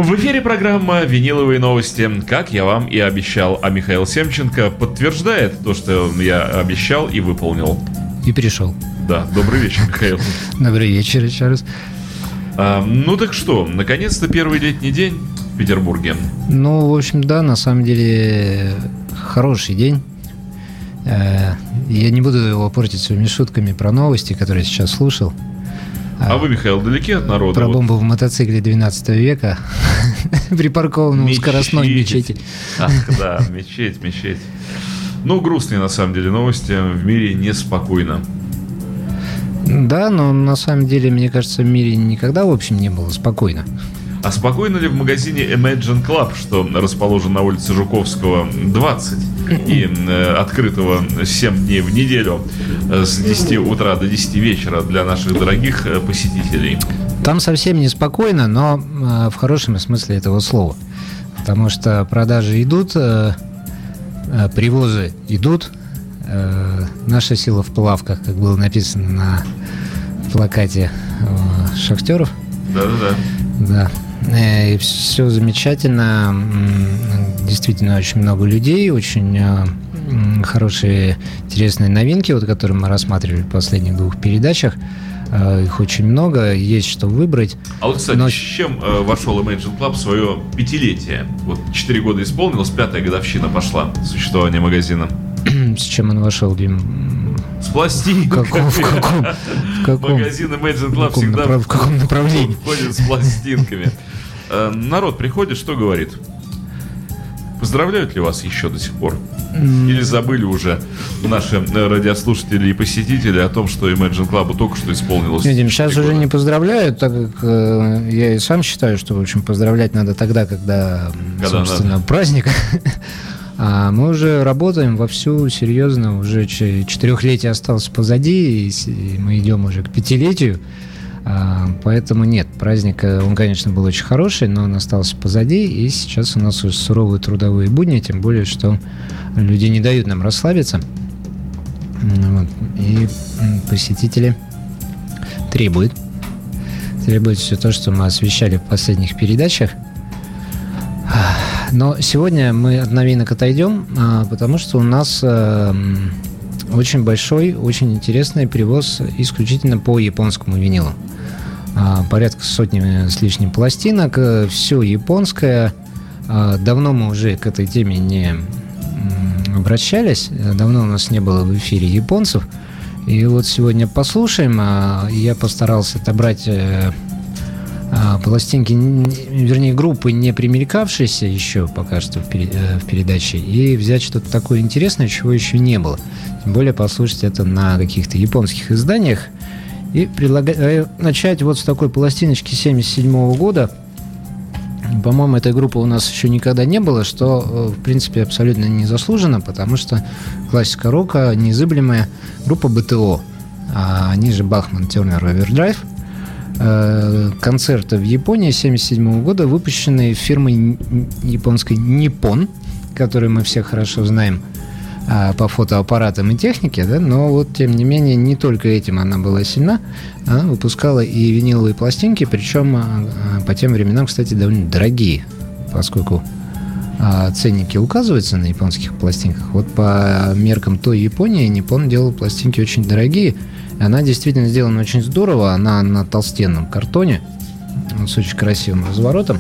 В эфире программа «Виниловые новости», как я вам и обещал, а Михаил Семченко подтверждает то, что я обещал и выполнил. И пришел. Да, добрый вечер, Михаил. Добрый вечер еще раз. Ну так что, наконец-то первый летний день в Петербурге. Ну, в общем, да, на самом деле хороший день. Я не буду его портить своими шутками про новости, которые я сейчас слушал. А вы, Михаил, далеки от народа? Про бомбу в мотоцикле 12 века, припаркованном у скоростной мечети. Ах, да, мечеть. Ну, грустные, на самом деле, новости. В мире неспокойно. Да, но на самом деле, мне кажется, в мире никогда, в общем, не было спокойно. А спокойно ли в магазине Imagine Club, что расположен на улице Жуковского, 20 и открытого 7 дней в неделю с 10 утра до 10 вечера для наших дорогих посетителей? Там совсем неспокойно, но в хорошем смысле этого слова. Потому что продажи идут, привозы идут. Наша сила в плавках, как было написано на плакате шахтеров. Да. И все замечательно. Действительно, очень много людей, очень хорошие, интересные новинки, вот, которые мы рассматривали в последних двух передачах. Их очень много, есть что выбрать. А вот, кстати, с чем вошел Imagine Club в свое пятилетие? Вот 4 года исполнилось, 5-я годовщина пошла существования магазина. С чем он вошел, Дим? С пластинками. В каком? Магазин Imagine Club всегда в каком направлении? ходит с пластинками. Народ приходит, что говорит? Поздравляют ли вас еще до сих пор? Или забыли уже наши радиослушатели и посетители о том, что Imagine Club только что исполнилось? Видим, сейчас уже не поздравляют, так как я и сам считаю, что, в общем, поздравлять надо тогда, когда собственно, надо. Праздник. А мы уже работаем вовсю, серьезно, уже 4-летие осталось позади, и мы идем уже к 5-летию. Поэтому нет, праздник, он, конечно, был очень хороший, но он остался позади, и сейчас у нас уже суровые трудовые будни, тем более, что люди не дают нам расслабиться. Вот. И посетители требуют все то, что мы освещали в последних передачах. Но сегодня мы от новинок отойдем, потому что у нас очень большой, очень интересный привоз исключительно по японскому винилу. Порядка сотни с лишним пластинок, все японское. Давно мы уже к этой теме не обращались, давно у нас не было в эфире японцев. И вот сегодня послушаем. Я постарался отобрать пластинки, вернее, группы, не примелькавшиеся еще пока что в передаче, и взять что-то такое интересное, чего еще не было. Тем более послушать это на каких-то японских изданиях. И предлагаю начать вот с такой пластиночки 1977 года. По-моему, этой группы у нас еще никогда не было, что, в принципе, абсолютно незаслуженно, потому что классика рока, неизыблемая группа БТО, они же Бахман Тернер Овердрайв. Концерты в Японии 1977 года, выпущенные фирмой японской Nippon, которую мы все хорошо знаем по фотоаппаратам и технике, да, но вот, тем не менее, не только этим она была сильна, она выпускала и виниловые пластинки, причем по тем временам, кстати, довольно дорогие, поскольку ценники указываются на японских пластинках. Вот по меркам той Японии Nippon делал пластинки очень дорогие. Она действительно сделана очень здорово. Она на толстенном картоне с очень красивым разворотом.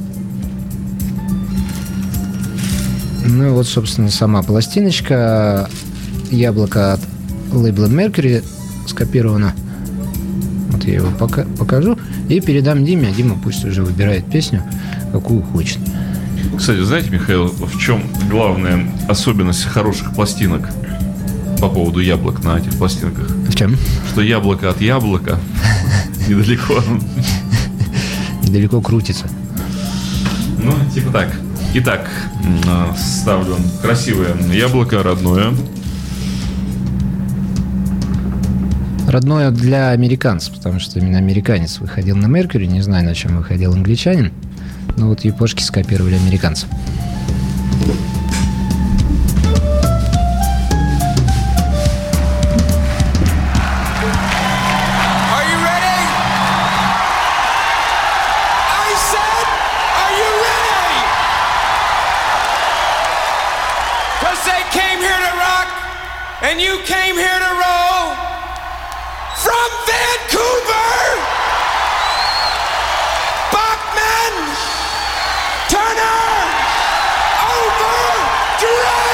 Ну и вот, собственно, сама пластиночка. Яблоко от лейбла Mercury скопировано. Вот я его покажу. И передам Диме, а Дима пусть уже выбирает песню, какую хочет. Кстати, знаете, Михаил, в чем главная особенность хороших пластинок по поводу яблок на этих пластинках? В чем? Что яблоко от яблока недалеко. Недалеко крутится. Ну, типа так. Итак, ставлю красивое яблоко, родное. Родное для американцев, потому что именно американец выходил на Mercury. Не знаю, на чем выходил англичанин. Но вот япошки скопировали американцев. Are you ready? I said, are you and you came here to roll from Vancouver, Bachman, Turner, Overdrive!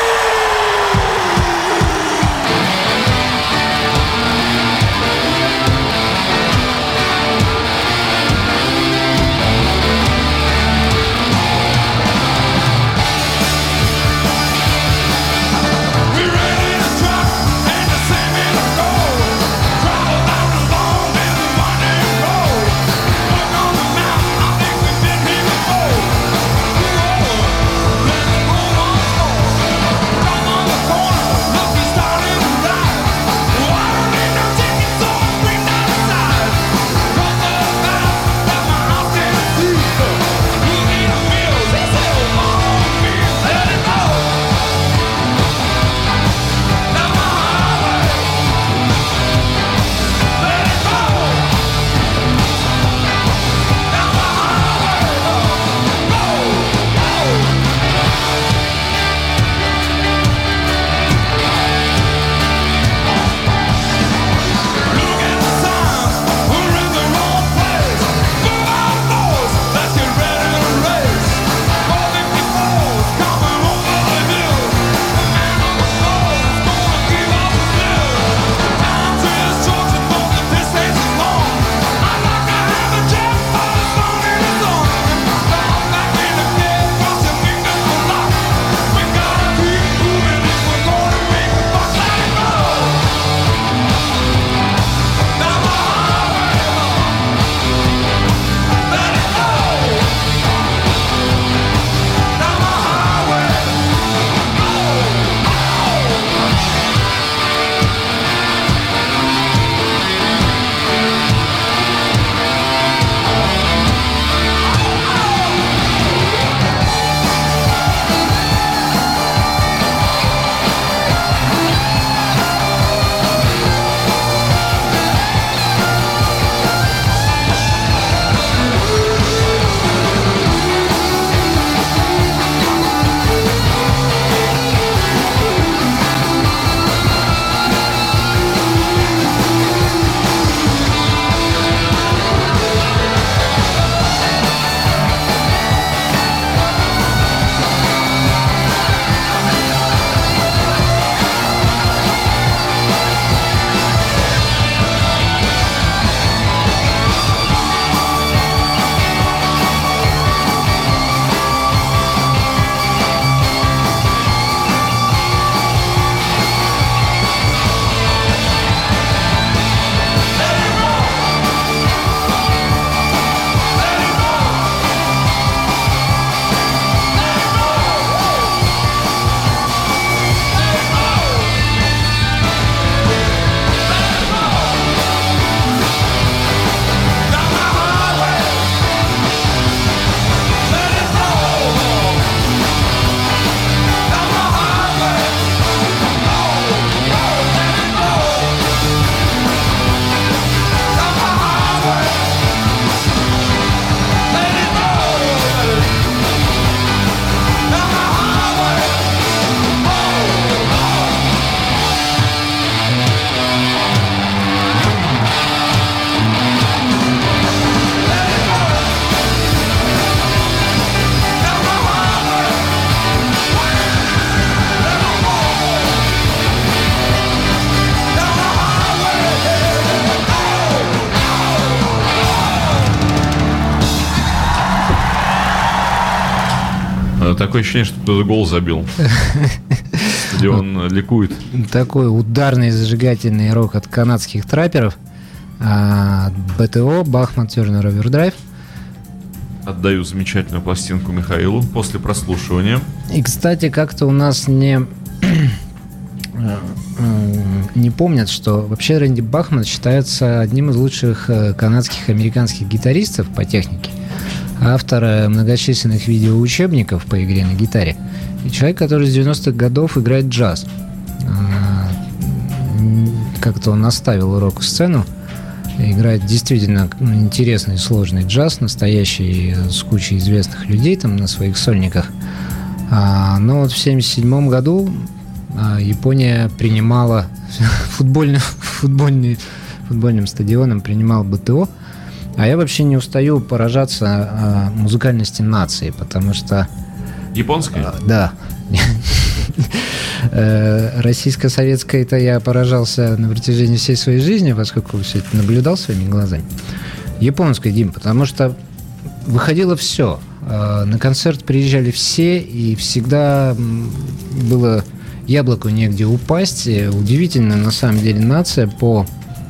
Такое ощущение, что кто-то гол забил. Где он ликует. Такой ударный зажигательный рок от канадских трапперов. БТО, Бахман, Тернер, Овердрайв. Отдаю замечательную пластинку Михаилу после прослушивания. И, кстати, как-то у нас не помнят, что вообще Рэнди Бахман считается одним из лучших канадских американских гитаристов по технике. Автор многочисленных видеоучебников по игре на гитаре. И человек, который с 90-х годов играет джаз. Как-то он наставил рок-сцену. Играет действительно интересный, сложный джаз, настоящий, с кучей известных людей там на своих сольниках. Но вот в 1977 году Япония принимала футбольным стадионом принимала БТО. А я вообще не устаю поражаться музыкальности нации, потому что... Японская? Да. Российско-советской-то я поражался на протяжении всей своей жизни, поскольку все это наблюдал своими глазами. Японской, Дим, потому что выходило все. На концерт приезжали все, и всегда было яблоку негде упасть. Удивительно, на самом деле, нация по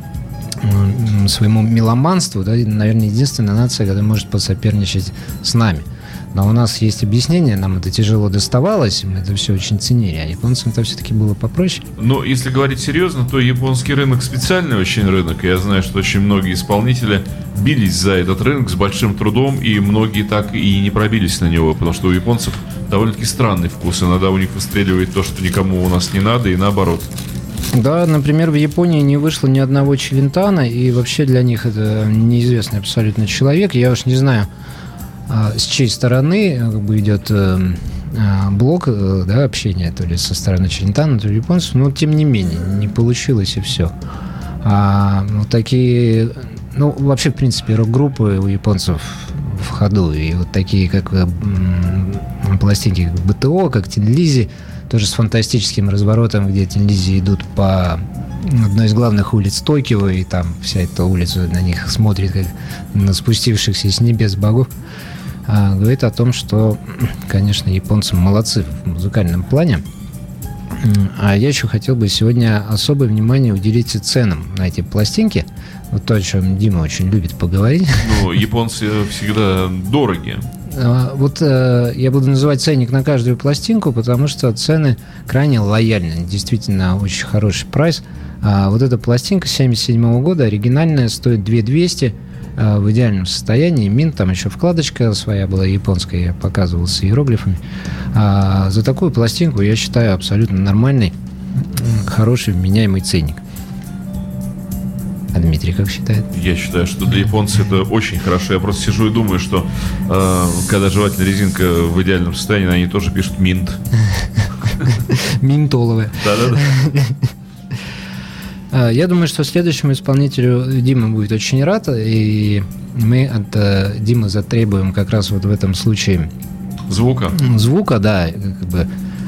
своему меломанству, да, наверное, единственная нация, которая может посоперничать с нами. Но у нас есть объяснение, нам это тяжело доставалось, мы это все очень ценили, а японцам это все-таки было попроще. Но если говорить серьезно, то японский рынок специальный очень рынок. Я знаю, что очень многие исполнители бились за этот рынок с большим трудом, и многие так и не пробились на него, потому что у японцев довольно-таки странный вкус. Иногда у них выстреливает то, что никому у нас не надо, и наоборот. Да, например, в Японии не вышло ни одного Челентана, и вообще для них это неизвестный абсолютно человек. Я уж не знаю, с чьей стороны как бы идет блок, да, общения, то ли со стороны Челентана, то ли японцев, но тем не менее не получилось, и все. Вот такие, вообще, в принципе, рок-группы у японцев в ходу, и вот такие, как пластинки, как БТО, как Тин Лизи, тоже с фантастическим разворотом, где Тин Лизи идут по одной из главных улиц Токио, и там вся эта улица на них смотрит, как на спустившихся с небес богов, говорит о том, что, конечно, японцы молодцы в музыкальном плане. А я еще хотел бы сегодня особое внимание уделить ценам на эти пластинки. Вот то, о чем Дима очень любит поговорить. Японцы всегда дорогие. Вот я буду называть ценник на каждую пластинку, потому что цены крайне лояльны. Действительно, очень хороший прайс. Вот эта пластинка 1977 года, оригинальная, стоит 2200 в идеальном состоянии. Минт, там еще вкладочка своя была японская, я показывал с иероглифами. За такую пластинку я считаю абсолютно нормальный, хороший, вменяемый ценник. А Дмитрий как считает? Я считаю, что для японцев это очень хорошо. Я просто сижу и думаю, что когда жевательная резинка в идеальном состоянии, они тоже пишут минт. Минтоловая. Да-да-да. Я думаю, что следующему исполнителю Дима будет очень рад, и мы от Димы затребуем как раз вот в этом случае звука, да, как бы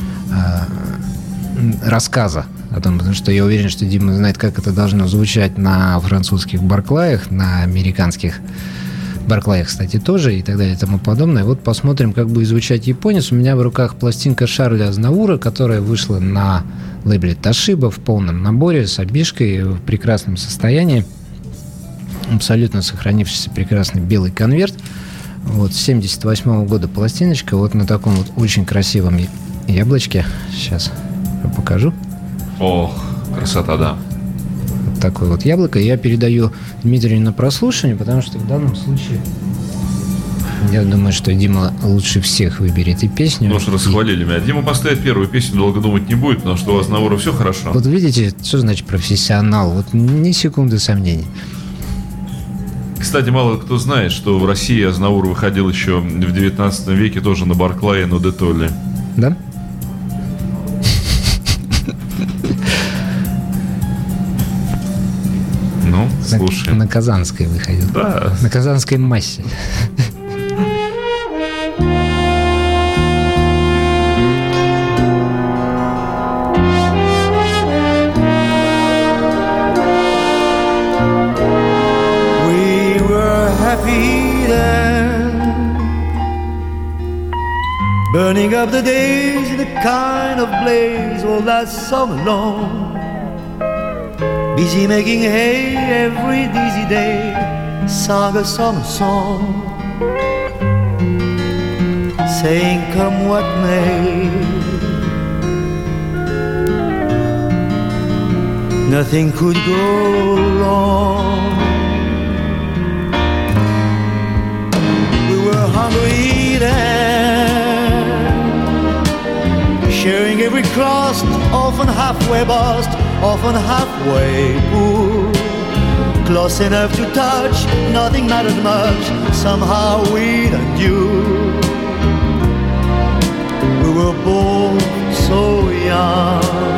рассказа о том, потому что я уверен, что Дима знает, как это должно звучать на французских Барклаях, на американских Барклаях, кстати, тоже, и так далее, и тому подобное. Вот посмотрим, как будет звучать японец. У меня в руках пластинка Шарля Азнавура, которая вышла на лейбле Toshiba в полном наборе, с обишкой, в прекрасном состоянии. Абсолютно сохранившийся прекрасный белый конверт. Вот, 1978 года пластиночка, вот на таком вот очень красивом яблочке. Сейчас я покажу. Ох, красота, да. Вот такое вот яблоко. Я передаю Дмитрию на прослушивание, потому что в данном случае я думаю, что Дима лучше всех выберет и песню. Ну уж расхвалили меня. Дима поставит первую песню, долго думать не будет, потому что у Азнавура все хорошо. Вот видите, что значит профессионал? Вот ни секунды сомнений. Кстати, мало кто знает, что в России Азнавур выходил еще в 19 веке тоже на Барклае, но де Толли. Да? Ну, слушай. На Казанской выходил. Да. На Казанской массе. Burning up the days in a kind of blaze all that summer long. Busy making hay every dizzy day, sang a summer song, saying come what may, nothing could go wrong. We were hungry then, sharing every crust, often halfway bust, often halfway poor. Close enough to touch, nothing mattered much, somehow we'd endure. We were both so young,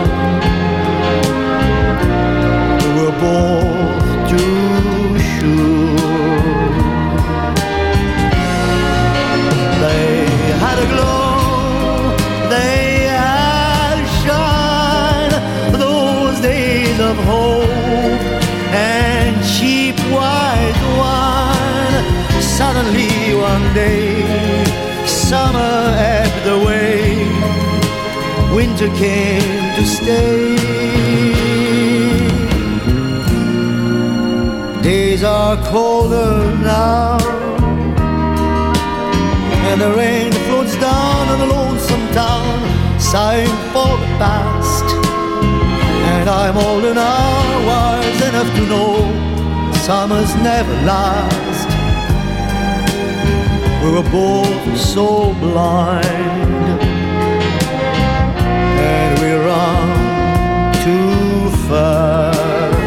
winter came to stay. Days are colder now, and the rain floats down on the lonesome town, sighing for the past. And I'm older now, wise enough to know summers never last. We were both so blind, and we run too fast.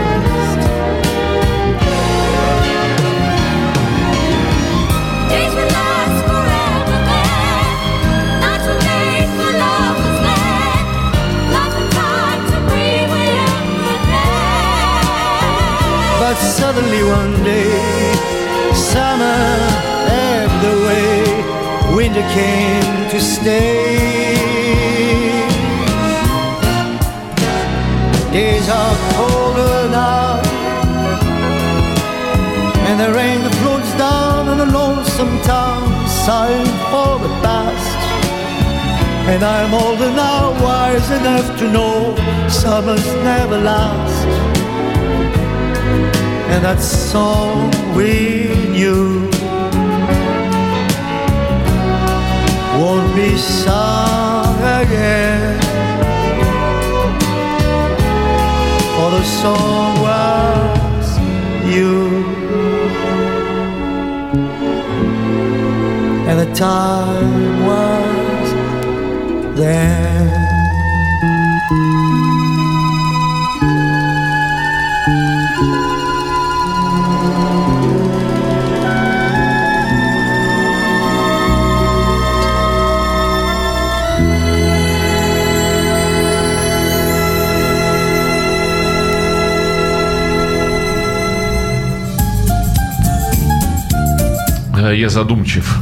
Days will last forever then, not too late for lovers then. Lots of time to breathe within the day. But suddenly one day, summer ebbed away, winter came to stay. Days are colder now, and the rain floats down on the lonesome town, sighing for the past. And I'm older now, wise enough to know summers never last. And that song we knew won't be sung again, for the song was you, and the time was then. Я задумчив.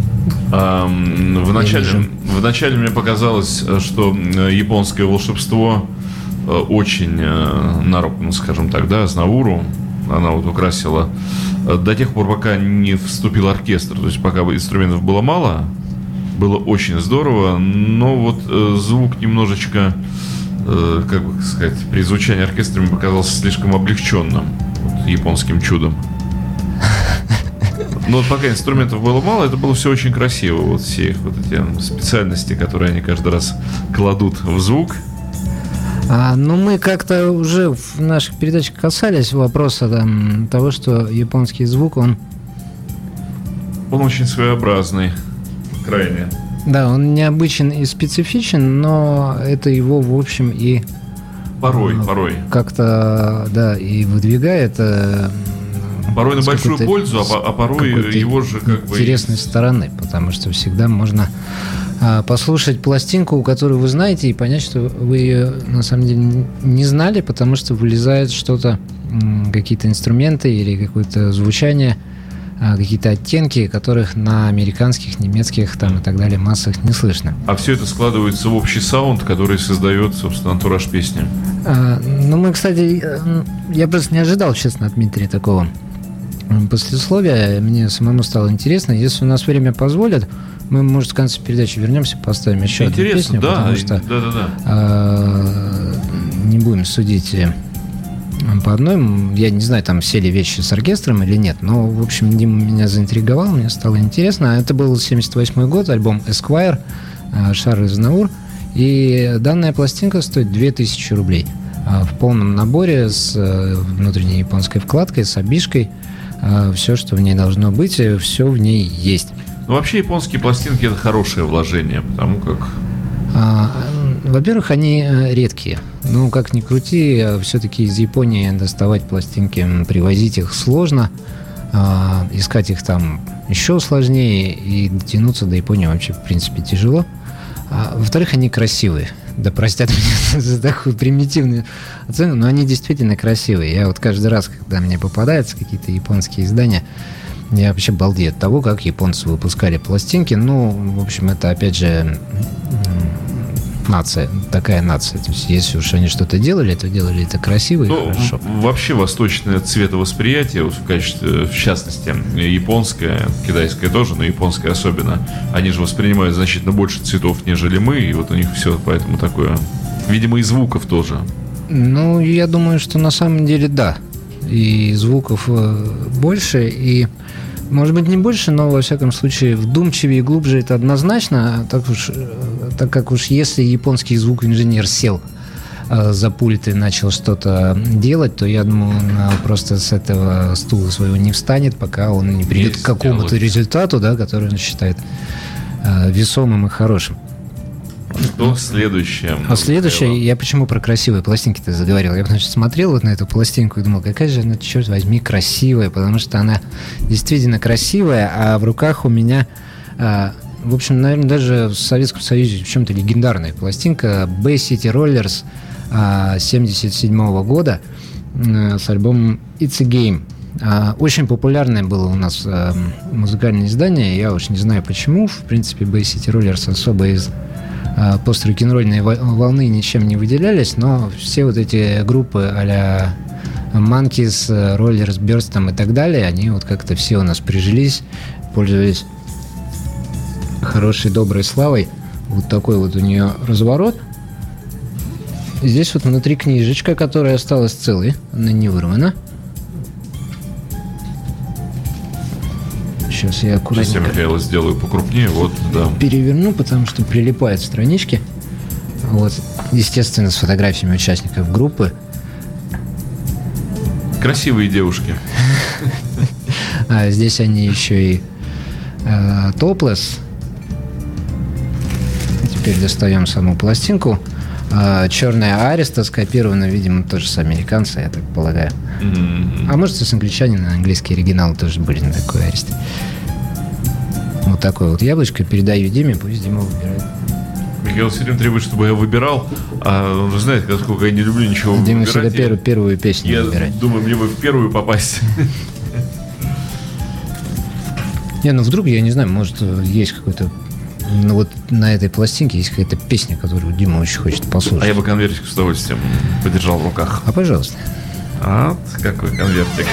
Вначале мне показалось, что японское волшебство очень, скажем так, да, Азнавуру, она вот украсила до тех пор, пока не вступил оркестр. То есть пока инструментов было мало, было очень здорово, но вот звук немножечко, как бы сказать, при звучании оркестра мне показался слишком облегченным, вот, японским чудом. Но вот пока инструментов было мало, это было все очень красиво. Вот все их вот эти специальности, которые они каждый раз кладут в звук. Ну, мы как-то уже в наших передачах касались вопроса того, что японский звук, он очень своеобразный, крайне. Да, он необычен и специфичен, но это его, в общем, и порой как-то, да, и выдвигает порой на большую пользу, а порой его же как бы интересной стороны, потому что всегда можно послушать пластинку, которую вы знаете, и понять, что вы ее на самом деле не знали, потому что вылезает что-то, какие-то инструменты или какое-то звучание, какие-то оттенки, которых на американских, немецких там и так далее массах не слышно. А все это складывается в общий саунд, который создает, собственно, антураж песни. Ну, мы, кстати, я просто не ожидал, честно, от Дмитрия такого послесловия. Мне самому стало интересно. Если у нас время позволит, мы, может, в конце передачи вернемся, поставим еще одну песню, да, потому что не будем судить по одной. Я не знаю, там все ли вещи с оркестром или нет, но, в общем, Дима меня заинтриговал, мне стало интересно. Это был 78-й год, альбом Esquire, Шарль Азнавур, и данная пластинка стоит 2000 рублей. В полном наборе с внутренней японской вкладкой, с обишкой. Все, что в ней должно быть, все в ней есть. Ну, вообще, японские пластинки – это хорошее вложение, потому как… Во-первых, они редкие. Ну, как ни крути, все-таки из Японии доставать пластинки, привозить их сложно. Искать их там еще сложнее, и дотянуться до Японии вообще, в принципе, тяжело. Во-вторых, они красивые. Да простят меня за такую примитивную оценку, но они действительно красивые. Я вот каждый раз, когда мне попадаются какие-то японские издания, я вообще балдею от того, как японцы выпускали пластинки. Ну, в общем, это, опять же, нация, такая нация. То есть, если уж они что-то делали, то делали это красиво и хорошо. Вообще восточное цветовосприятие, вот в качестве, в частности, японское, китайское тоже, но японское особенно, они же воспринимают значительно больше цветов, нежели мы, и вот у них все поэтому такое, видимо, и звуков тоже. Ну, я думаю, что на самом деле да. И звуков больше, и, может быть, не больше, но, во всяком случае, вдумчивее и глубже это однозначно. Так как уж если японский звукоинженер сел за пульт и начал что-то делать, то, я думаю, он просто с этого стула своего не встанет, пока он не придет к какому-то результату, да, который он считает весомым и хорошим. Что следующее? А следующее, я почему про красивые пластинки-то заговорил? Я, значит, смотрел вот на эту пластинку и думал, какая же она, черт возьми, красивая, потому что она действительно красивая, а в руках у меня, в общем, наверное, даже в Советском Союзе в чем-то легендарная пластинка Bay City Rollers 1977 года с альбомом It's a Game. Очень популярное было у нас музыкальное издание, я уж не знаю почему, в принципе, Bay City Rollers особо из пост-рок-н-ролльной волны ничем не выделялись, но все вот эти группы а-ля Monkeys, Rollers, Birds там и так далее, они вот как-то все у нас прижились, пользовались хорошей, доброй славой. Вот такой вот у нее разворот. Здесь вот внутри книжечка, которая осталась целой, она не вырвана. Сейчас я аккуратненько... Сейчас я, Михаил, сделаю покрупнее, вот, да. Переверну, потому что прилипают странички. Вот, естественно, с фотографиями участников группы. Красивые девушки. А здесь они еще и топлес. Теперь достаем саму пластинку. Черная Ариста скопирована, видимо, тоже с американца, я так полагаю. А может, с англичанина, английские оригиналы тоже были на такой Аристе. Вот такое вот яблочко. Передаю Диме, пусть Дима выбирает. Михаил все время требует, чтобы я выбирал, а он же знает, насколько я не люблю ничего Дима выбирать. всегда первую песню выбирать. Я думаю, мне бы в первую попасть. Не, ну вдруг, я не знаю, может, есть какой-то... Ну вот на этой пластинке есть какая-то песня, которую Дима очень хочет послушать. А я бы конвертик с удовольствием подержал в руках. А пожалуйста. Вот какой конвертик.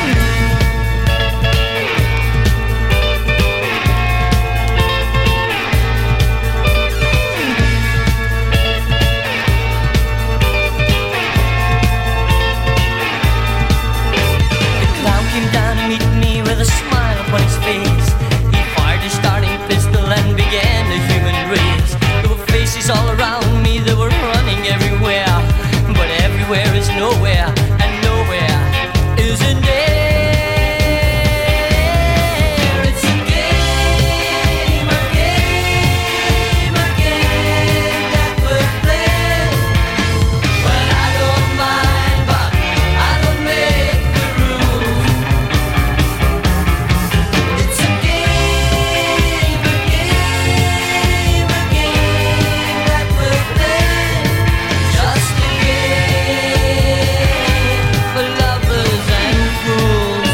All around me, they were running everywhere, but everywhere is nowhere, and nowhere isn't there. It's a game that we're playing. Well, I don't mind, but I don't make the rules. It's a game that we're playing. Just a game for lovers and fools.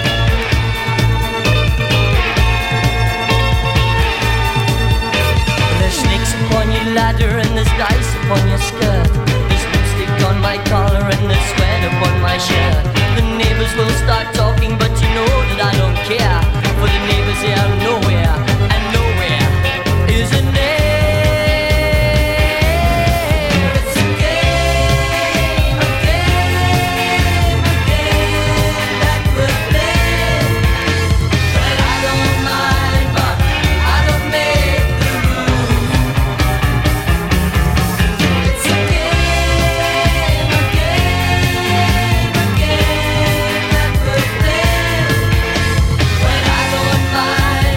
There's snakes upon your ladder and there's dice upon your skirt. There's lipstick on my collar and there's sweat upon my shirt. The neighbors will start talking, but you know that I don't care. For the neighbors they are nowhere, and nowhere isn't there. It's a game that we're playing. Well, I don't mind, but I don't make the rules. It's a game that we're playing. Well, I don't mind,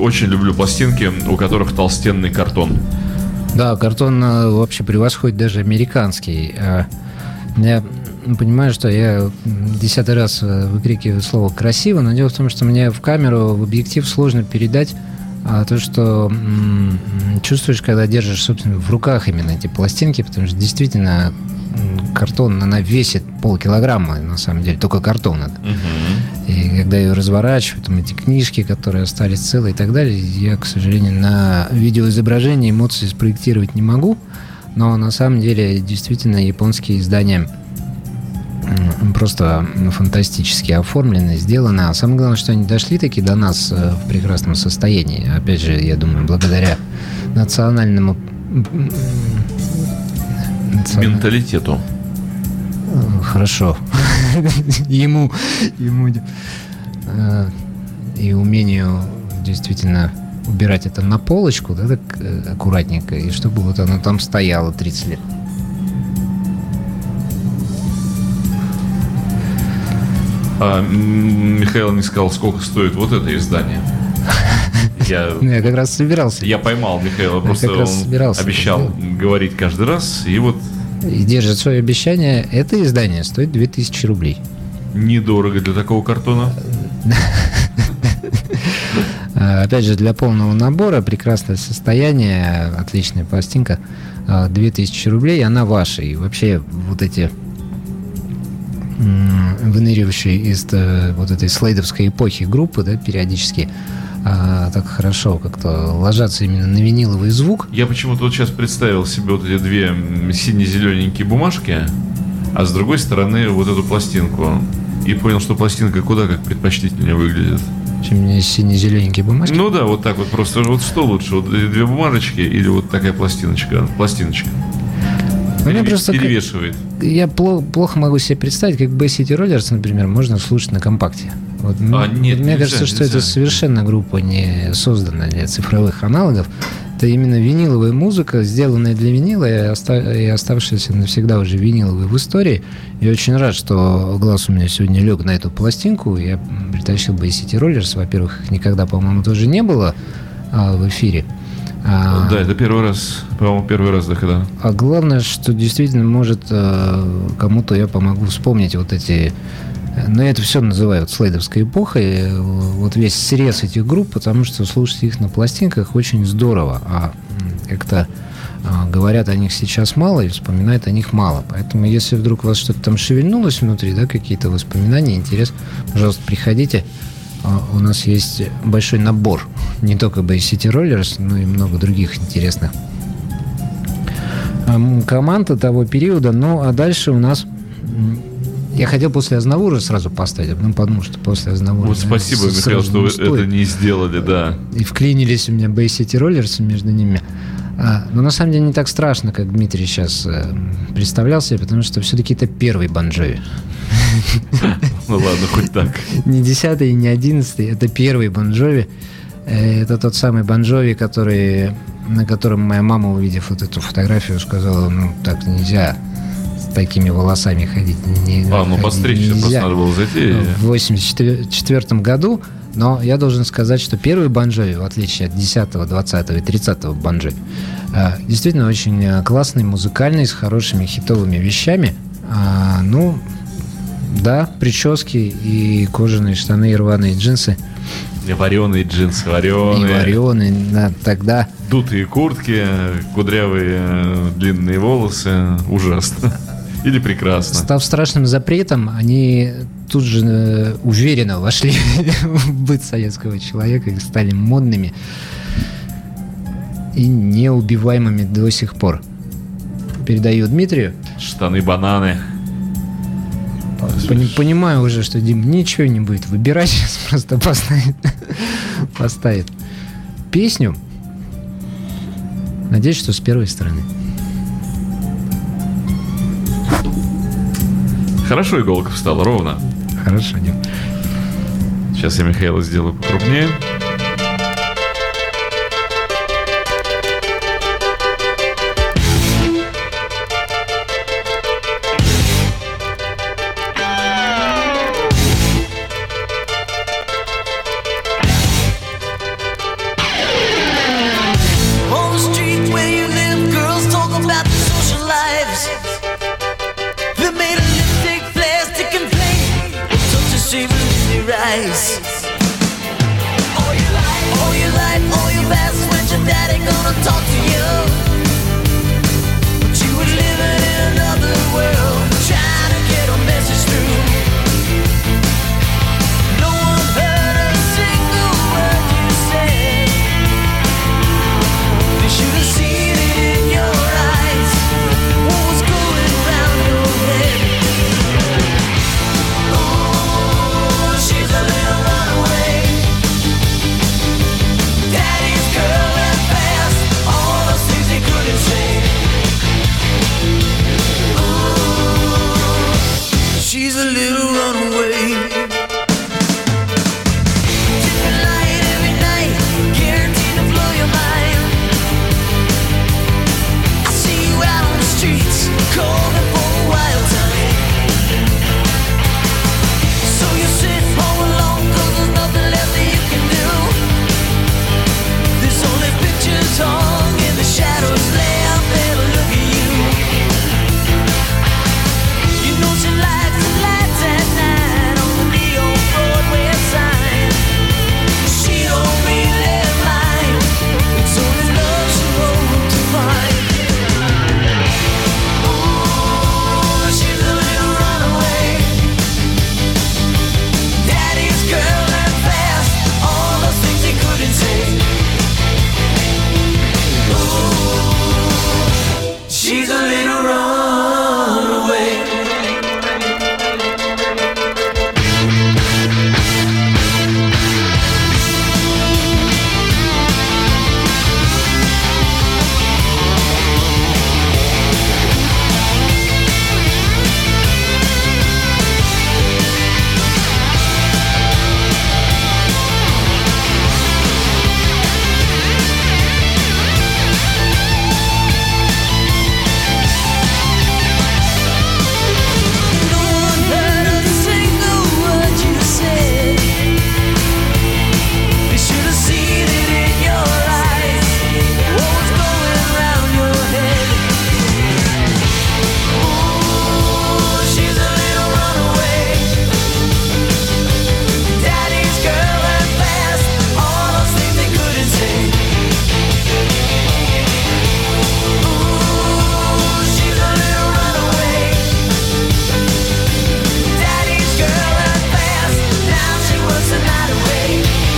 очень люблю пластинки, у которых толстенный картон. Да, картон вообще превосходит даже американский. Я понимаю, что я 10-й раз выкрикиваю слово «красиво», но дело в том, что мне в камеру, в объектив сложно передать то, что чувствуешь, когда держишь, собственно, в руках именно эти пластинки, потому что действительно картон, она весит полкилограмма, на самом деле, только картон это. И когда ее разворачиваю, там эти книжки, которые остались целые и так далее, я, к сожалению, на видеоизображении эмоции спроектировать не могу, но на самом деле действительно японские издания просто фантастически оформлены, сделаны. А самое главное, что они дошли таки до нас в прекрасном состоянии. Опять же, я думаю, благодаря национальному менталитету. Хорошо. Ему и умению действительно убирать это на полочку, да, так аккуратненько, и чтобы вот оно там стояло 30 лет. Михаил не сказал, сколько стоит вот это издание. Я как раз собирался. Я поймал Михаила, просто он обещал говорить каждый раз, и вот... И держит свое обещание. Это издание стоит 2000 рублей. Недорого для такого картона. Опять же, для полного набора, прекрасное состояние, отличная пластинка, 2000 рублей, она ваша. И вообще вот эти выныривающие из вот этой слейдовской эпохи группы, да, периодически так хорошо как-то ложатся именно на виниловый звук. Я почему-то вот сейчас представил себе вот эти две сине-зелененькие бумажки, а с другой стороны вот эту пластинку. И понял, что пластинка куда как предпочтительнее выглядит. Чем сине-зелененькие бумажки? Ну да, вот так вот просто. Вот что лучше, вот две бумажечки или вот такая пластиночка? Пластиночка. Мне просто перевешивает. Я плохо могу себе представить, как Bay City Rollers, например, можно слушать на компакте. Вот, нет, мне нельзя, кажется, что это совершенно группа не создана для цифровых аналогов. Это именно виниловая музыка, сделанная для винила и оставшаяся навсегда уже виниловой в истории. Я очень рад, что глаз у меня сегодня лег на эту пластинку. Я притащил Bay City Rollers. Во-первых, их никогда, по-моему, тоже не было в эфире. Да, это первый раз, по-моему, когда. А главное, что действительно, может, кому-то я помогу вспомнить вот эти... Но я это все называю слейдовской эпохой. Вот весь срез этих групп, потому что слушать их на пластинках очень здорово. А как-то говорят о них сейчас мало и вспоминают о них мало. Поэтому, если вдруг у вас что-то там шевельнулось внутри, да, какие-то воспоминания, интерес, пожалуйста, приходите. У нас есть большой набор. Не только Bay City Rollers, но и много других интересных команд того периода. Ну, а дальше у нас... Я хотел после Азнавура сразу поставить, а потом подумал, что после Азнавура... Вот спасибо, Михаил, что вы это не сделали, да. И вклинились у меня Bay City Rollers между ними. Но на самом деле не так страшно, как Дмитрий сейчас представлял себе, потому что все-таки это первый Бон Джови. Ну ладно, хоть так. Не 10-й, не 11-й, это первый Бон Джови. Это тот самый Бон Джови, на котором моя мама, увидев вот эту фотографию, сказала, ну так нельзя с такими волосами ходить. Ну подстричься просто надо было зайти. В 1984 году. Но я должен сказать, что первый Бон Джови, в отличие от 10-го, 20-го и 30-го Бон Джови, действительно очень классный, музыкальный, с хорошими хитовыми вещами. Ну, да, прически и кожаные штаны, и рваные джинсы. И вареные джинсы, вареные. И вареные, да, тогда. Дутые куртки, кудрявые длинные волосы. Ужасно. Или прекрасно. Став страшным запретом, они тут же уверенно вошли в быт советского человека и стали модными и неубиваемыми до сих пор. Передаю Дмитрию. Штаны-бананы. Понимаю уже, что Дим ничего не будет выбирать, сейчас просто поставит песню. Надеюсь, что с первой стороны. Хорошо иголка встала, ровно. Хорошо, Дим. Сейчас я Михаила сделаю покрупнее. eyes. All your life, all your past, when's your daddy gonna talk to you? But you was living in another world, trying to get a message through. No one heard a single word you said. They should have seen it in your eyes, what was going around your head. Oh, she's a little runaway, daddy's girl and fast, all those things they couldn't say. Oh, she's a little runaway. Different light every night, guaranteed to blow your mind. I see you out on the streets, calling for a wild time. So you sit home alone, 'cause there's nothing left that you can do. There's only pictures hung in the shadows left there to look at you. You know she likes the lights at night on the neon Broadway sign. She don't really mind, it's only love she wrote to find. Oh, she's a little runaway, daddy's girl and fast, all those things he couldn't say. Oh, she's a little runaway. No one heard a single word you said. They should have seen it in your eyes, what was going around your head. Oh, she's a little runaway, daddy's girl and fast, all those things they couldn't say. Oh, she's a little runaway, daddy's girl and fast, now she works the night away.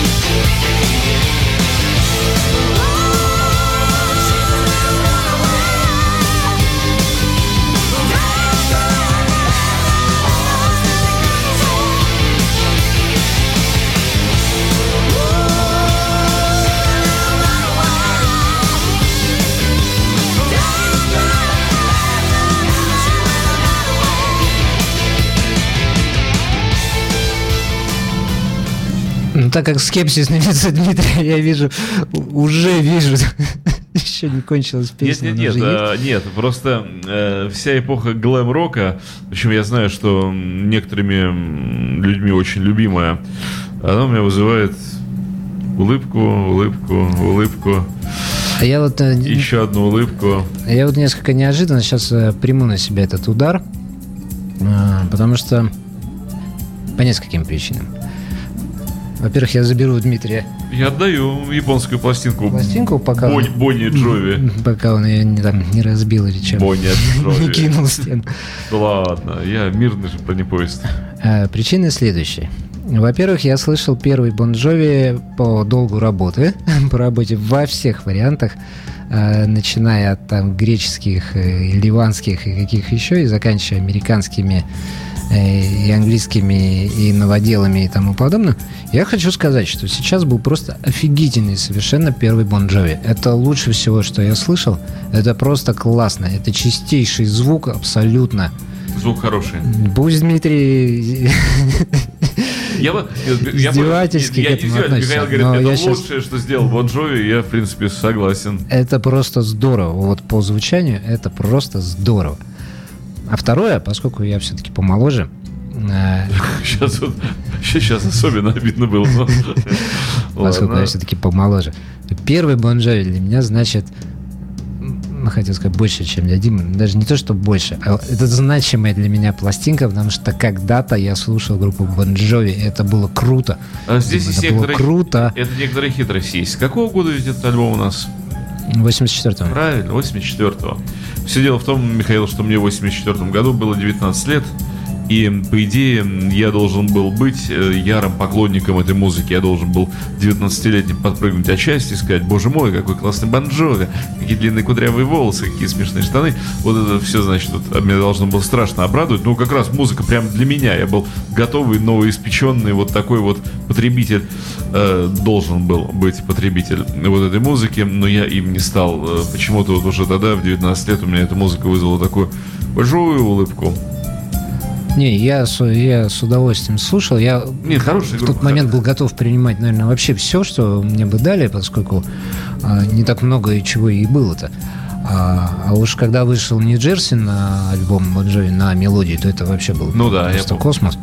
Ну, так как скепсис на лице Дмитрия, я вижу, уже вижу, еще не кончилась песня. Нет, просто вся эпоха глэм-рока, причем я знаю, что некоторыми людьми очень любимая, она у меня вызывает улыбку, А я вот, еще одну улыбку. я вот несколько неожиданно сейчас приму на себя этот удар, потому что по нескольким причинам. Во-первых, я заберу у Дмитрия Я отдаю японскую пластинку. пока Бонни Джови. пока он ее не разбил или чем. Бонни Джови. Не кинул в стену. Да ладно, я мирный же бронепоезд. Причины следующие. Во-первых, я слышал первый Бон Джови по долгу работы, по работе во всех вариантах, начиная от там греческих, ливанских и каких еще, и заканчивая американскими и английскими, и новоделами и тому подобное. Я хочу сказать, что сейчас был просто офигительный совершенно первый Бон Джови. Это лучше всего, что я слышал. Это просто классно. Это чистейший звук абсолютно. Звук хороший. Пусть Дмитрий издевательски к этому относится. Михаил говорит, это лучшее, что сделал Бон Джови, я, в принципе, согласен. Это просто здорово. Вот по звучанию это просто здорово. А второе, поскольку я все-таки помоложе... Сейчас особенно обидно было. Поскольку я все-таки помоложе. Первый Бон Джови для меня значит хотел сказать больше, чем для Димы. Даже не то, что больше, а это значимая для меня пластинка, потому что когда-то я слушал группу Bon Jovi, и это было круто. А здесь есть это было круто. Это некоторая хитрость есть. С какого года ведь этот альбом у нас? 84-го. Правильно, 84-го. Все дело в том, Михаил, что мне в 84-м году было 19 лет. И, по идее, я должен был быть ярым поклонником этой музыки. Я должен был 19-летним подпрыгнуть от счастья и сказать: боже мой, какой классный Бон Джови, какие длинные кудрявые волосы, какие смешные штаны. Вот это все, значит, вот, меня должно было страшно обрадовать. Ну, как раз музыка прям для меня. Я был готовый, новоиспеченный, вот такой вот потребитель. Должен был быть потребитель вот этой музыки. Но я им не стал. Почему-то вот уже тогда, в 19 лет, у меня эта музыка вызвала такую большую улыбку. Не, я с удовольствием слушал. Я в тот момент был готов принимать, наверное, вообще все, что мне бы дали, поскольку не так много и чего и было-то. А уж когда вышел Нью-Джерси на альбом Bon Jovi, на мелодии, то это вообще был просто космос.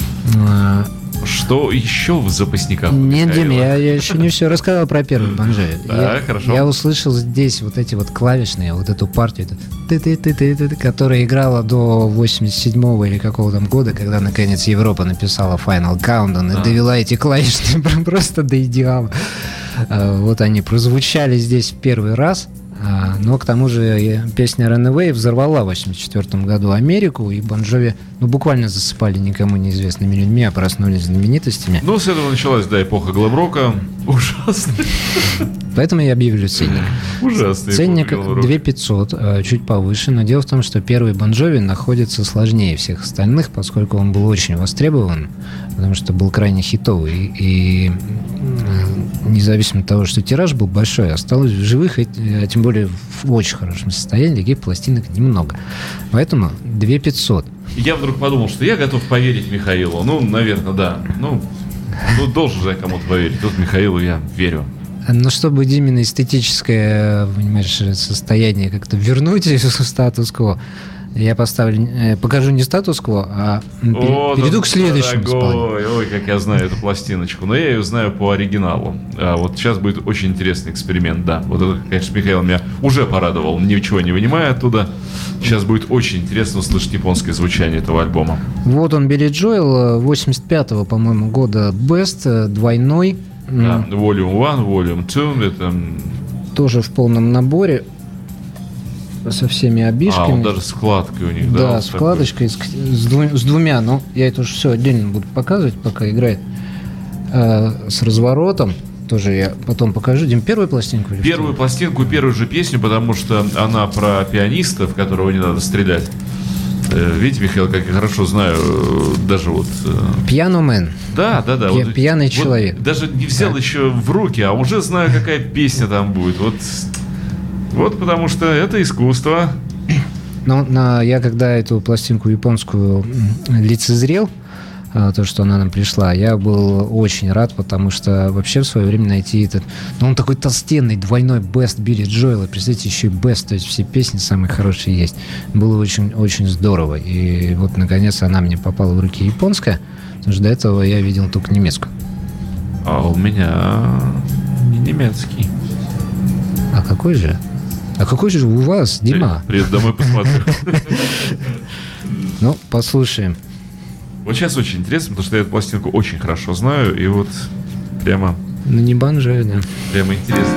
Что еще в запасниках? Нет, Дим, я еще не все рассказал про первый Bon Jovi. Хорошо. Я услышал здесь вот эти вот клавишные, вот эту партию, которая играла до 87-го или какого там года, когда наконец Европа написала Final Countdown и довела эти клавишные просто до идеала. Вот они прозвучали здесь в первый раз. Но к тому же песня Runaway взорвала в 1984 году Америку, и Bon Jovi буквально засыпали никому неизвестными людьми, а проснулись знаменитостями. Ну, с этого началась, эпоха глэм-рока. Ужасно. Поэтому я объявлю ценник. Ужасный. Ценник 2500, чуть повыше, но дело в том, что первый Bon Jovi находится сложнее всех остальных, поскольку он был очень востребован, потому что был крайне хитовый, и независимо от того, что тираж был большой, осталось в живых, а тем более в очень хорошем состоянии, таких пластинок немного. Поэтому 2500. Я вдруг подумал, что я готов поверить Михаилу. Ну, наверное, да. Ну должен же я кому-то поверить. Тут Михаилу я верю. Но чтобы Димина эстетическое, понимаешь, состояние как-то вернуть в статус-кво, я покажу не статус-кво, а перейду к следующему исполнению. Ой, как я знаю эту пластиночку. Но я ее знаю по оригиналу. Вот сейчас будет очень интересный эксперимент, да. Вот это, конечно, Михаил меня уже порадовал, ничего не вынимая оттуда. Сейчас будет очень интересно услышать японское звучание этого альбома. Вот он, Билли Джоэл, 85-го, по-моему, года Best, двойной. Да, Volume 1, Volume 2, это... Тоже в полном наборе. Со всеми обишками. Вот даже с вкладкой у них, да? Да, с вкладочкой, с двумя. Ну, я это уже все отдельно буду показывать, пока играет. С разворотом. Тоже я потом покажу. Дим, первую пластинку? Первую пластинку, первую же песню, потому что она про пианиста, в которого не надо стрелять. Видите, Михаил, как я хорошо знаю, даже вот... Piano Man. Да. Пьяный человек. Даже не взял еще в руки, а уже знаю, какая песня там будет. Вот потому что это искусство. Ну, я когда эту пластинку японскую лицезрел, то, что она нам пришла, я был очень рад, потому что вообще в свое время найти этот... Ну, он такой толстенный, двойной Best Билли Джоэла. Представляете, еще и Best, то есть все песни самые хорошие есть. Было очень, очень здорово. И вот, наконец, она мне попала в руки японская, потому что до этого я видел только немецкую. А у меня не немецкий. А какой же? А какой же у вас, Дима? Приеду домой, посмотрю. Ну, послушаем. Вот сейчас очень интересно, потому что я эту пластинку очень хорошо знаю, и вот прямо... Ну, не Bon Jovi, да. Прямо интересно.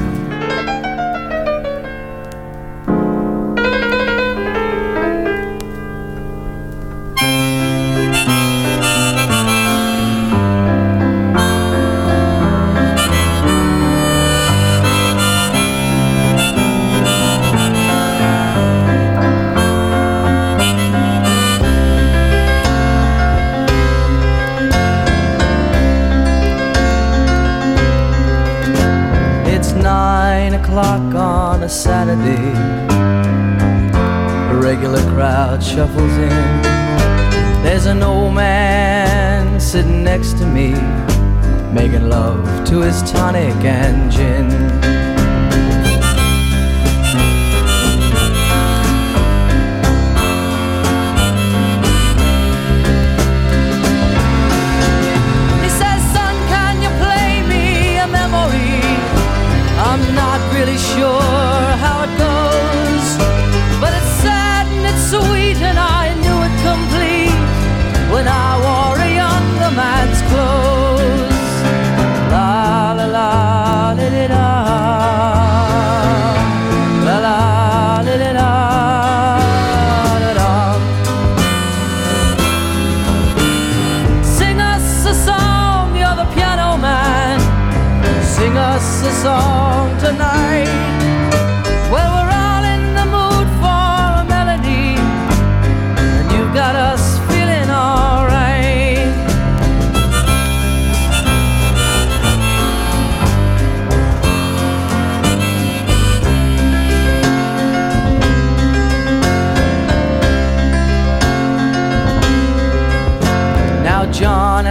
Saturday, a regular crowd shuffles in. There's an old man sitting next to me, making love to his tonic and gin. He says, son, can you play me a memory? I'm not really sure how it goes.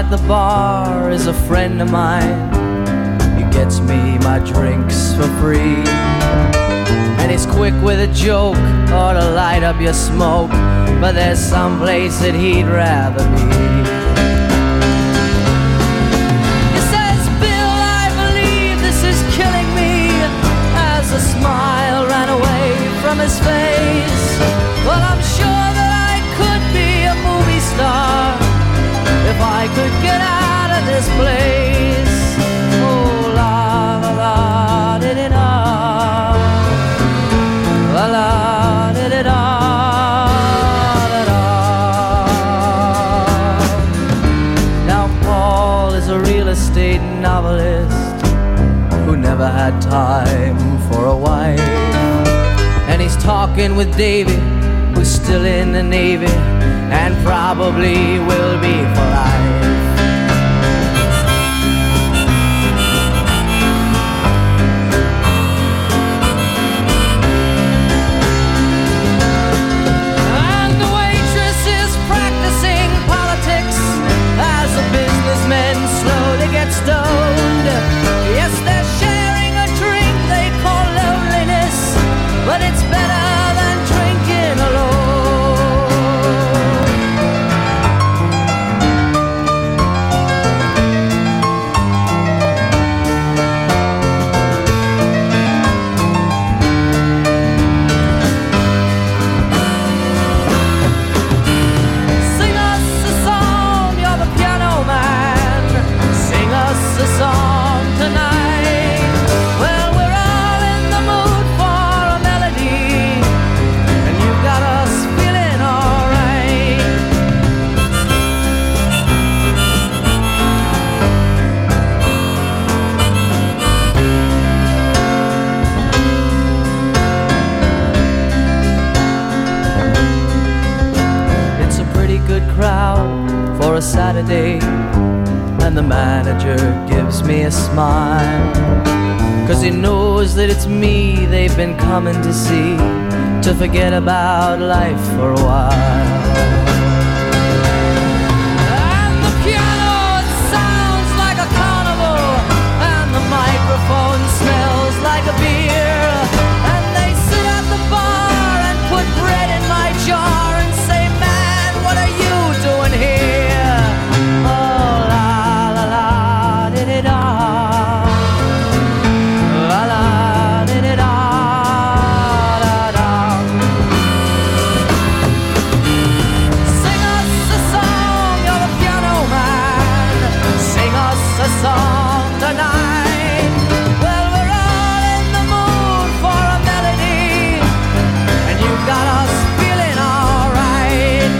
at the bar is a friend of mine. He gets me my drinks for free, and he's quick with a joke or to light up your smoke, but there's some place that he'd rather be. He says, Bill, I believe this is killing me, as a smile ran away from his face. Well, I'm sure that I could be a movie star if I could get out of this place. Oh, la la la, did it all. La la, did it all, it all. Now Paul is a real estate novelist who never had time for a wife, and he's talking with Davy, who's still in the Navy and probably will be for life. And the waitress is practicing politics as the businessmen slowly get stoned. Yes, they're sharing a drink they call loneliness, but it's better than drinking alone. Sing us a song, you're the piano man. Sing us a song tonight. Well, we're all in the mood for a melody, and you've got us feeling alright. It's a pretty good crowd for a Saturday, and the manager gives me a smile, 'cause he knows that it's me they've been coming to see, to forget about life for a while. And the piano, it sounds like a carnival, and the microphone smells like a beer, and they sit at the bar and put bread in my jar and say, man, what are you doing here? Oh, la la la, did it all. La la, did it all, da da. Sing us a song, you're the piano man. Sing us a song tonight. Well, we're all in the mood for a melody, and you've got us feeling alright.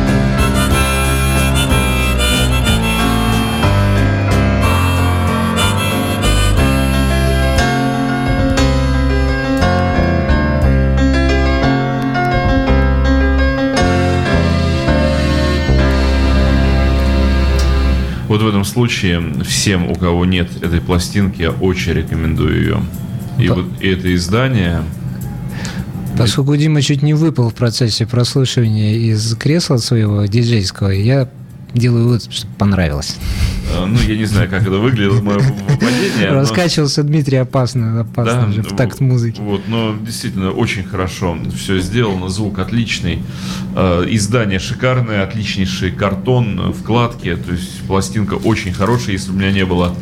Вот в этом случае всем, у кого нет этой пластинки, я очень рекомендую ее. И вот это издание... Поскольку Дима чуть не выпал в процессе прослушивания из кресла своего диджейского, я делаю вывод, что понравилось. Ну, я не знаю, как это выглядело, мое выпадение. Раскачивался Дмитрий опасно Да, уже в такт музыки. Вот, но действительно очень хорошо все сделано, звук отличный, издание шикарное, отличнейший картон, вкладки, то есть пластинка очень хорошая, если бы у меня не было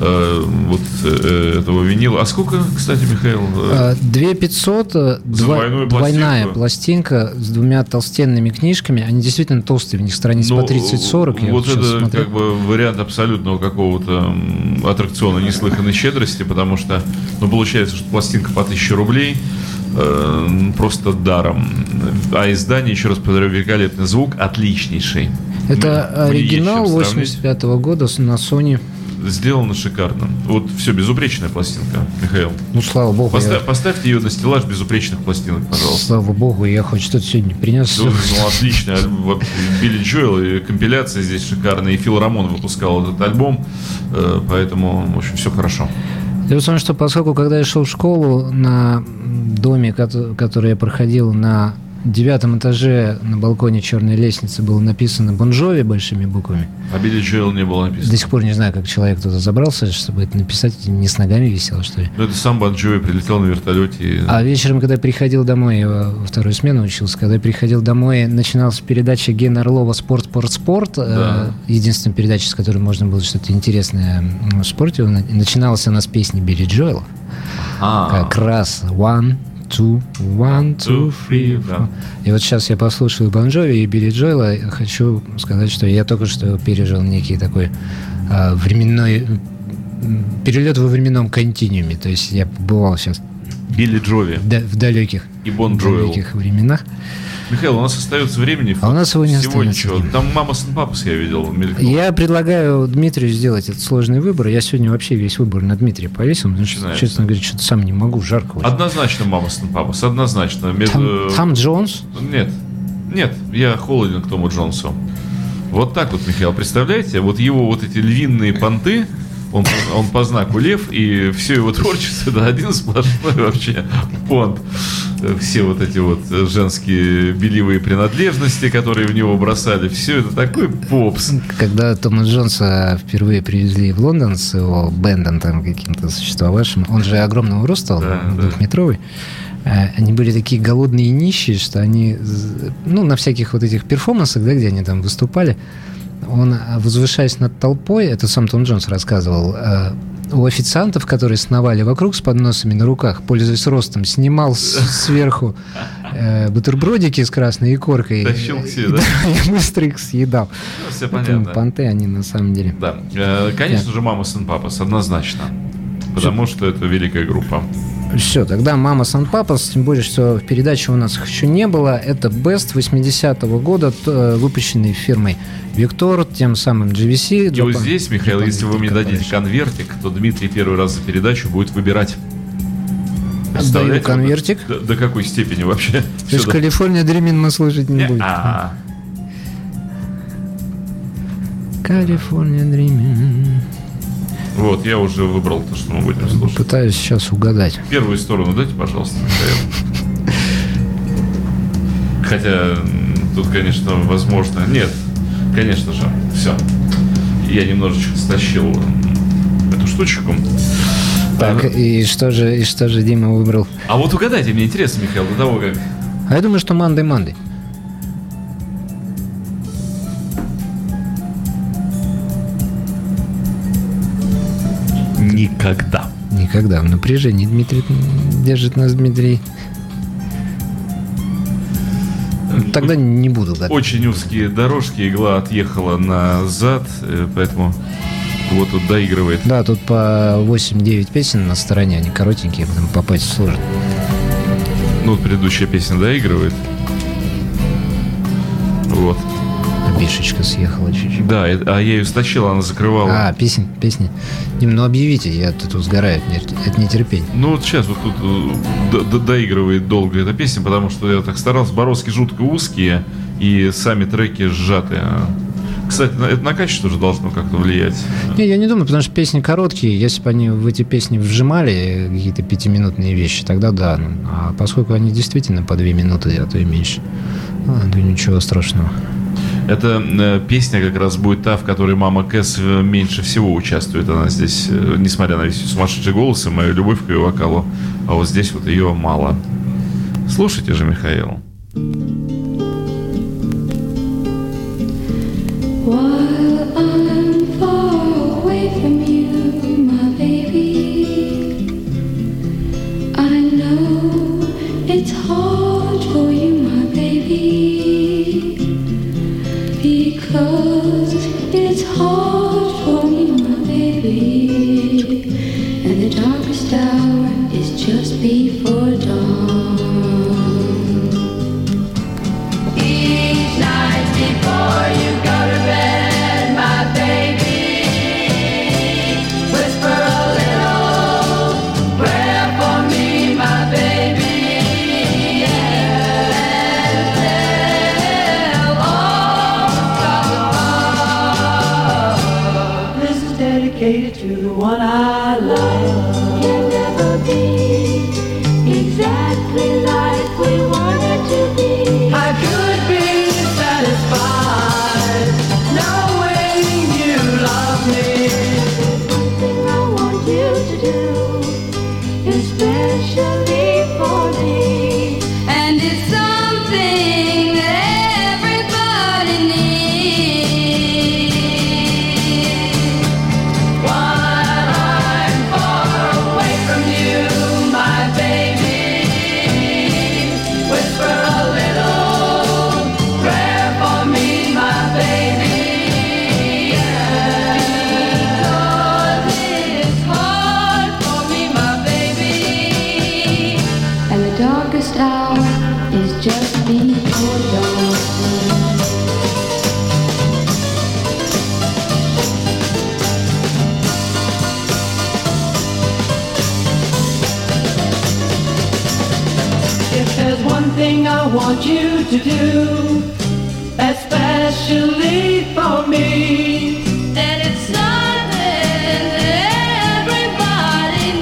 этого винила. А сколько, кстати, Михаил? 2500, двойная пластинка с двумя толстенными книжками. Они действительно толстые, в них страниц по 30-40. Вот это как бы вариант абсолютного какого-то аттракциона неслыханной щедрости, потому что, получается, что пластинка по 1000 рублей просто даром. А издание, еще раз повторяю, великолепный звук, отличнейший. Это оригинал 85-го года на Sony. Сделано шикарно. Вот все, безупречная пластинка, Михаил. Ну, слава богу. Поставьте ее на стеллаж безупречных пластинок, пожалуйста. Слава богу, я хоть что-то сегодня принес. Ну, отлично. Билли Джоэл и компиляция здесь шикарная. И Фил Рамон выпускал этот альбом. Поэтому, в общем, все хорошо. Дело в том, что поскольку, когда я шел в школу, на доме, который я проходил на 9 этаже на балконе черной лестницы было написано «Бон Джови» большими буквами. А Билли Джоэл не было написано. До сих пор не знаю, как человек туда забрался, чтобы это написать. Не с ногами висело, что ли? Ну, это сам Бон Джови прилетел на вертолете. А вечером, когда я приходил домой, я во вторую смену учился, когда я приходил домой, начиналась передача Гены Орлова «Спорт». Да. Единственная передача, с которой можно было что-то интересное в спорте. Начиналась она с песни Билли Джоэла. Как раз «One, two, 1, 2, 3, 4». Да. И вот сейчас я послушаю Бон Джови и Билли Джоэла. Хочу сказать, что я только что пережил некий такой временной перелет во временном континууме. То есть я побывал сейчас Билли Джови в далеких, и Бон Джоэл. временах. Михаил, у нас остается времени. А у нас его не всего остается. ничего. Там «Мама сын папас» я видел. Мелькнул. Я предлагаю Дмитрию сделать этот сложный выбор. Я сегодня вообще весь выбор на Дмитрия повесил. Потому что, честно говоря, что-то сам не могу, жарко. Однозначно «Мама сын папас», однозначно. Там Джонс? Нет, я холоден к Тому Джонсу. Вот так вот, Михаил, представляете? Вот его вот эти львиные понты, он по знаку лев, и все его творчество — это один сплошной вообще понт. Все вот эти вот женские беливые принадлежности, которые в него бросали, все это такой попс. Когда Тома Джонса впервые привезли в Лондон с его бендом там каким-то существовавшим, он же огромного роста, двухметровый. Они были такие голодные и нищие, что они, на всяких вот этих перформансах, да, где они там выступали, он, возвышаясь над толпой, это сам Том Джонс рассказывал, у официантов, которые сновали вокруг с подносами на руках, пользуясь ростом, снимал сверху бутербродики с красной икоркой. Тащил к себе, да? И быстро их съедал. Все понятно. Понты они на самом деле. Да, конечно же, «Мама сын папас», однозначно. Потому что это великая группа. Все, тогда «Мама сан папас», тем более, что в передаче у нас их еще не было. Это Best 80-го года, выпущенный фирмой Виктор, тем самым GVC. И вот здесь, Михаил, если вы мне дадите конвертик, то Дмитрий первый раз за передачу будет выбирать. Отдаю конвертик. До какой степени вообще? То есть «Калифорния Дримин» мы слушать не будем. «Калифорния Дримин». Вот, я уже выбрал то, что мы будем слушать. Пытаюсь сейчас угадать. Первую сторону дайте, пожалуйста, Михаил. Хотя тут, конечно, возможно... Нет, конечно же, все. Я немножечко стащил эту штучку. Так, и что же Дима выбрал? А вот угадайте, мне интересно, Михаил, до того как... А я думаю, что «Мандай». Никогда. В напряжении Дмитрий держит нас, Дмитрий. Тогда не буду гадать. Очень узкие дорожки, игла отъехала назад, поэтому вот тут доигрывает. Да, тут по 8-9 песен на стороне, они коротенькие, потом попасть сложно. Ну, вот предыдущая песня доигрывает. Вот. Бишечка съехала чуть-чуть. Да, а я ее стащил, она закрывала. Песни. Дим, объявите, я тут сгораю от нетерпения. Ну, вот сейчас вот тут доигрывает долго эта песня, потому что я так старался. Бороздки жутко узкие, и сами треки сжатые. Кстати, это на качество же должно как-то влиять. Не, я не думаю, потому что песни короткие. Если бы они в эти песни вжимали какие-то 5-минутные вещи, тогда да. А поскольку они действительно по 2 минуты, а то и меньше, то ничего страшного. Эта песня как раз будет та, в которой мама Кэс меньше всего участвует. Она здесь, несмотря на весь сумасшедший голос и мою любовь к ее вокалу, а вот здесь вот ее мало. Слушайте же, Михаил. While I'm far away from you, my baby, I know it's hard for you, my baby, because it's hard for me, my baby, and the darkest hour is just before dawn. Each night before you go to bed, my baby, whisper a little prayer for me, my baby, and tell all the This is dedicated to the one I love. can never be exactly like we wanted to be. want you to do, especially for me. And it's something everybody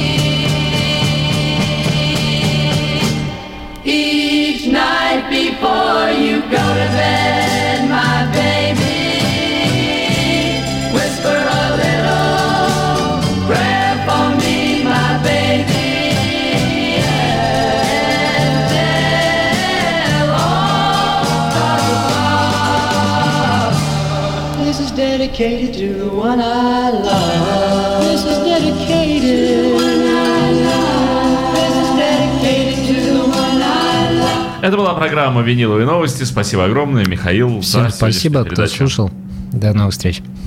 needs. Each night before you go to bed, my baby, whisper a little prayer for me, my baby. And tell all this is dedicated to the one I love. This is dedicated. This is dedicated to the one I love. Это была программа «Виниловые новости». Спасибо огромное, Михаил, Всем за спасибо, кто передачу. слушал. До новых встреч.